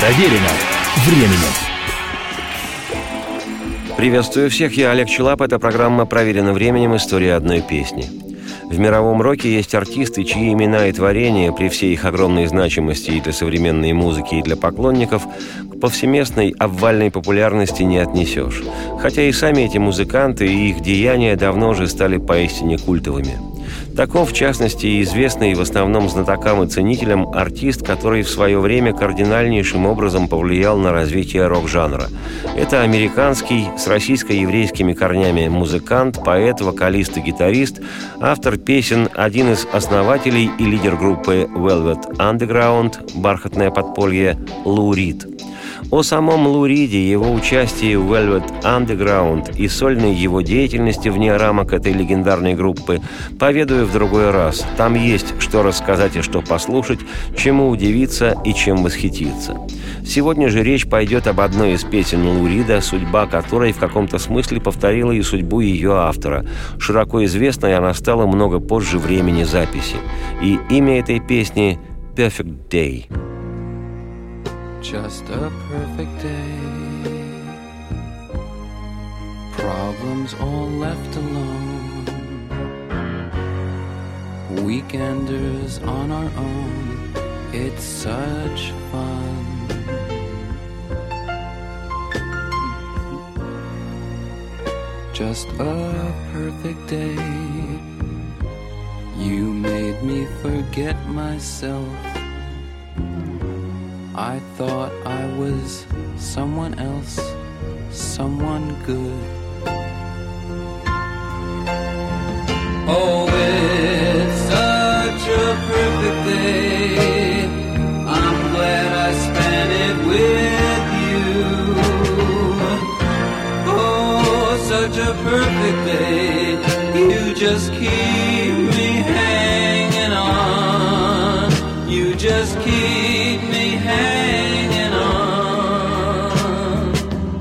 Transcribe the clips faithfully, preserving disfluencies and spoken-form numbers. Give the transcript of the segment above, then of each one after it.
Проверено временем. Приветствую всех, я Олег Челап. Это программа «Проверено временем. История одной песни». В мировом роке есть артисты, чьи имена и творения, при всей их огромной значимости и для современной музыки, и для поклонников, к повсеместной обвальной популярности не отнесешь. Хотя и сами эти музыканты и их деяния давно уже стали поистине культовыми. Таков, в частности, и известный в основном знатокам и ценителям артист, который в свое время кардинальнейшим образом повлиял на развитие рок-жанра. Это американский, с российско-еврейскими корнями музыкант, поэт, вокалист и гитарист, автор песен, один из основателей и лидер группы Velvet Underground «Бархатное подполье» Лу Рид. О самом Лу Риде, его участии в Velvet Underground и сольной его деятельности вне рамок этой легендарной группы поведаю в другой раз. Там есть что рассказать и что послушать, чему удивиться и чем восхититься. Сегодня же речь пойдет об одной из песен Лу Рида, судьба которой в каком-то смысле повторила и судьбу ее автора. Широко известной она стала много позже времени записи. И имя этой песни – «Perfect Day». Just a perfect day, problems all left alone, weekenders on our own, it's such fun. Just a perfect day, you made me forget myself. I thought I was someone else, someone good. Oh, it's such a perfect day. I'm glad I spent it with you. Oh, such a perfect day. You just keep me hanging on. You just keep me hanging on.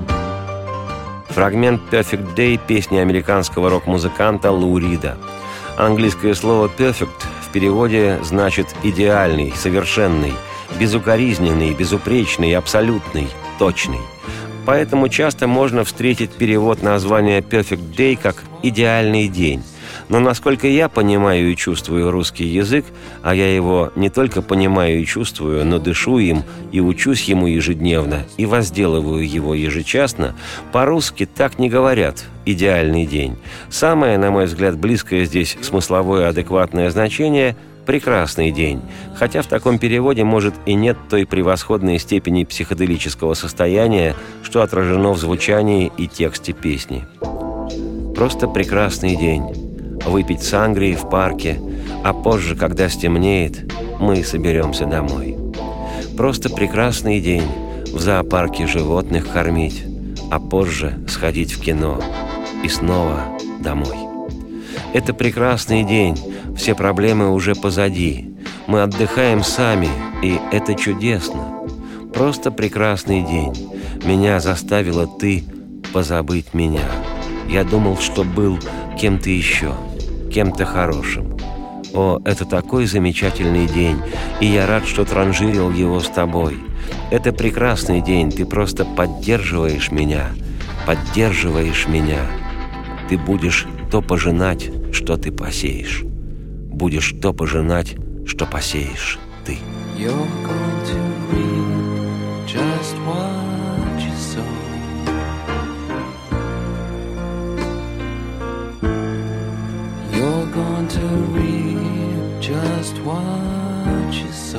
Фрагмент «Perfect Day» песни американского рок-музыканта Лу Рида. Английское слово «perfect» в переводе значит «идеальный», «совершенный», «безукоризненный», «безупречный», «абсолютный», «точный». Поэтому часто можно встретить перевод названия «Perfect Day» как «идеальный день». Но насколько я понимаю и чувствую русский язык, а я его не только понимаю и чувствую, но дышу им и учусь ему ежедневно, и возделываю его ежечасно, по-русски так не говорят «идеальный день». Самое, на мой взгляд, близкое здесь смысловое адекватное значение – «прекрасный день», хотя в таком переводе, может, и нет той превосходной степени психоделического состояния, что отражено в звучании и тексте песни. Просто прекрасный день. Выпить сангрии в парке, а позже, когда стемнеет, мы соберемся домой. Просто прекрасный день в зоопарке животных кормить, а позже сходить в кино и снова домой. Это прекрасный день, все проблемы уже позади, мы отдыхаем сами, и это чудесно. Просто прекрасный день, меня заставила ты позабыть меня. Я думал, что был кем-то еще, кем-то хорошим. О, это такой замечательный день, и я рад, что транжирил его с тобой. Это прекрасный день, ты просто поддерживаешь меня, поддерживаешь меня. Ты будешь то пожинать, что ты посеешь. Будешь то пожинать, что посеешь ты. You're going to reap just what you sow. You're going to reap just what you sow.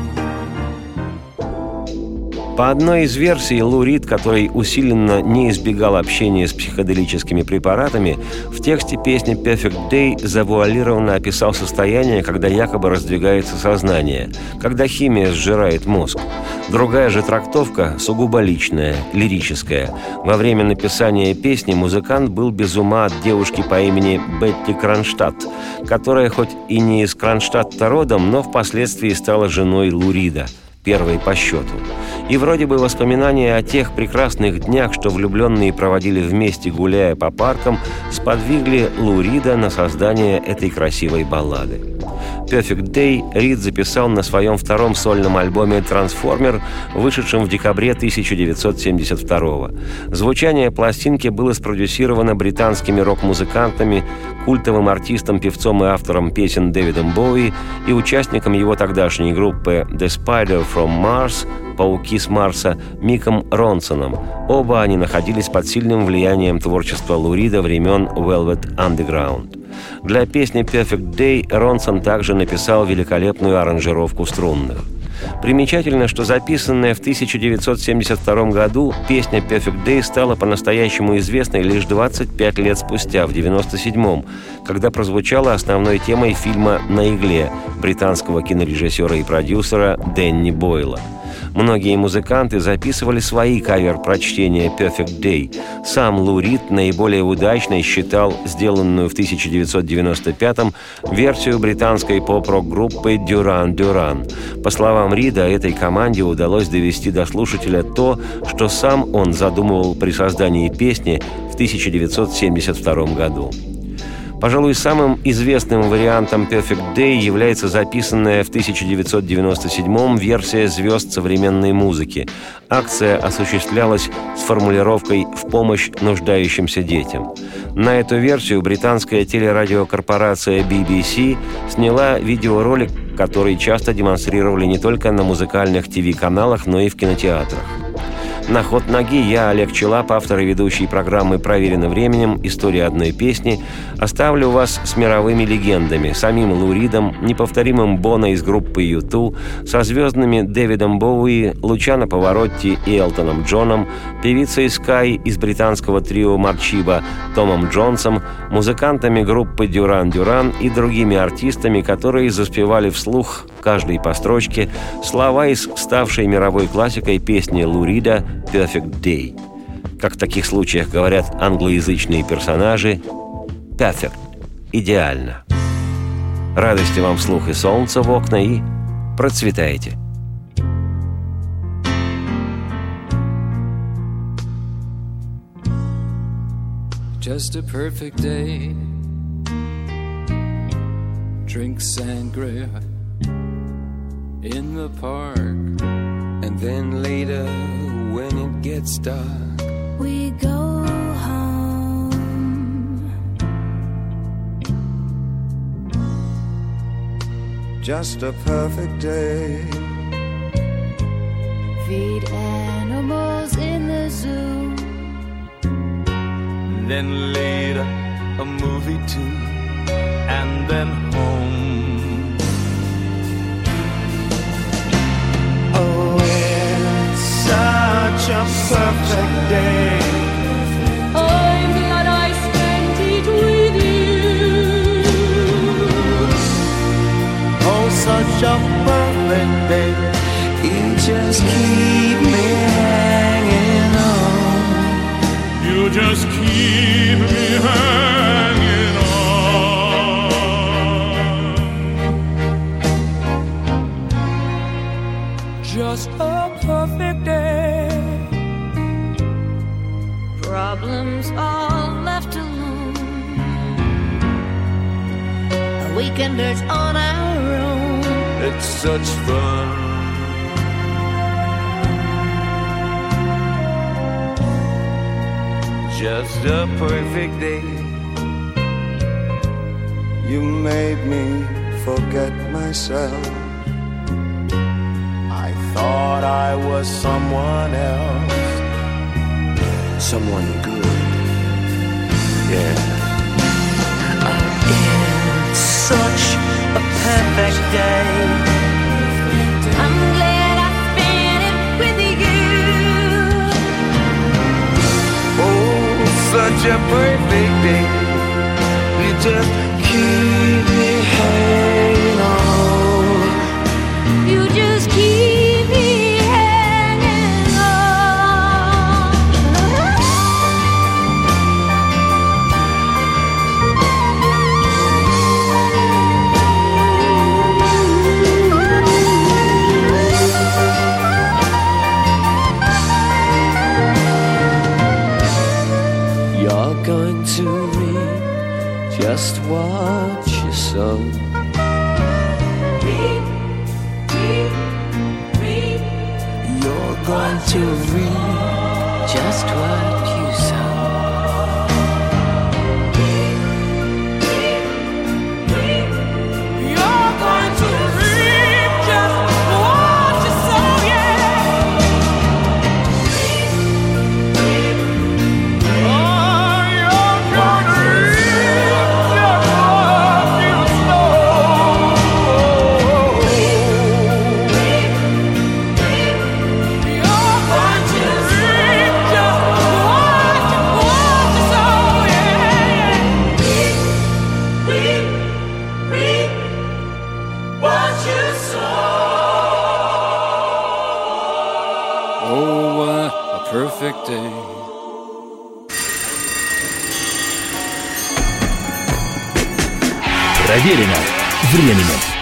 По одной из версий, Лу Рид, который усиленно не избегал общения с психоделическими препаратами, в тексте песни «Perfect Day» завуалированно описал состояние, когда якобы раздвигается сознание, когда химия сжирает мозг. Другая же трактовка, сугубо личная, лирическая. Во время написания песни музыкант был без ума от девушки по имени Бетти Кронштадт, которая хоть и не из Кронштадта родом, но впоследствии стала женой Лу Рида, первой по счету. И вроде бы воспоминания о тех прекрасных днях, что влюбленные проводили вместе, гуляя по паркам, сподвигли Лу Рида на создание этой красивой баллады. «Perfect Day» Рид записал на своем втором сольном альбоме «Трансформер», вышедшем в декабре тысяча девятьсот семьдесят второго. Звучание пластинки было спродюсировано британскими рок-музыкантами, культовым артистом, певцом и автором песен Дэвидом Боуи и участником его тогдашней группы «The Spider from Mars» «Пауки с Марса» Миком Ронсоном. Оба они находились под сильным влиянием творчества Лу Рида времен Velvet Underground. Для песни «Perfect Day» Ронсон также написал великолепную аранжировку струнных. Примечательно, что записанная в тысяча девятьсот семьдесят втором году песня «Perfect Day» стала по-настоящему известной лишь двадцать пять лет спустя, в девяносто седьмом, когда прозвучала основной темой фильма «На игле» британского кинорежиссера и продюсера Дэнни Бойла. Многие музыканты записывали свои кавер-прочтения «Perfect Day». Сам Лу Рид наиболее удачной считал сделанную в тысяча девятьсот девяносто пятом версию британской поп-рок-группы «Duran Duran». По словам Рида, этой команде удалось довести до слушателя то, что сам он задумывал при создании песни в тысяча девятьсот семьдесят втором году. Пожалуй, самым известным вариантом «Perfect Day» является записанная в тысяча девятьсот девяносто седьмом версия «Звезд современной музыки». Акция осуществлялась с формулировкой «в помощь нуждающимся детям». На эту версию британская телерадиокорпорация би би си сняла видеоролик, который часто демонстрировали не только на музыкальных ТВ-каналах, но и в кинотеатрах. На ход ноги я, Олег Челап, автор и ведущий программы «Проверено временем. История одной песни», оставлю вас с мировыми легендами, самим Лу Ридом, неповторимым Боно из группы ю ту, со звездными Дэвидом Боуи, Лучано Паваротти и Элтоном Джоном, певицей Скай из британского трио Марчиба, Томом Джонсом, музыкантами группы Duran Duran и другими артистами, которые заспевали вслух, каждый по строчке, слова из ставшей мировой классикой песни Лу Рида «Perfect Day». Как в таких случаях говорят англоязычные персонажи, «perfect» – идеально. Радости вам вслух и солнца в окна, и процветайте. Just a perfect day. Drink sangria in the park. And then later, when it gets dark, we go home. Just a perfect day. Feed animals in the zoo. Then later, a movie too, and then home. Oh, it's such a perfect day. I'm glad I spent it with you. Oh, such a perfect day. You just keep me hanging on. You just keep me hanging on. Just a perfect day. Problems all left alone. Weekenders on our own. It's such fun. Just a perfect day. You made me forget myself. I thought I was someone else. Someone good. Yeah. It's such a perfect day. I'm glad I spent it with you. Oh, such a perfect day. You just keep me hanging on. You just keep me hanging on. You're going to read just what going to reap just what you sow. You're going to reap just what you sow, yeah. Oh, you're going to reap just what you sow. You're going to reap just what you, what you sow, yeah. Reap, reap, what you sow. Oh, what a perfect day. Проверено временем.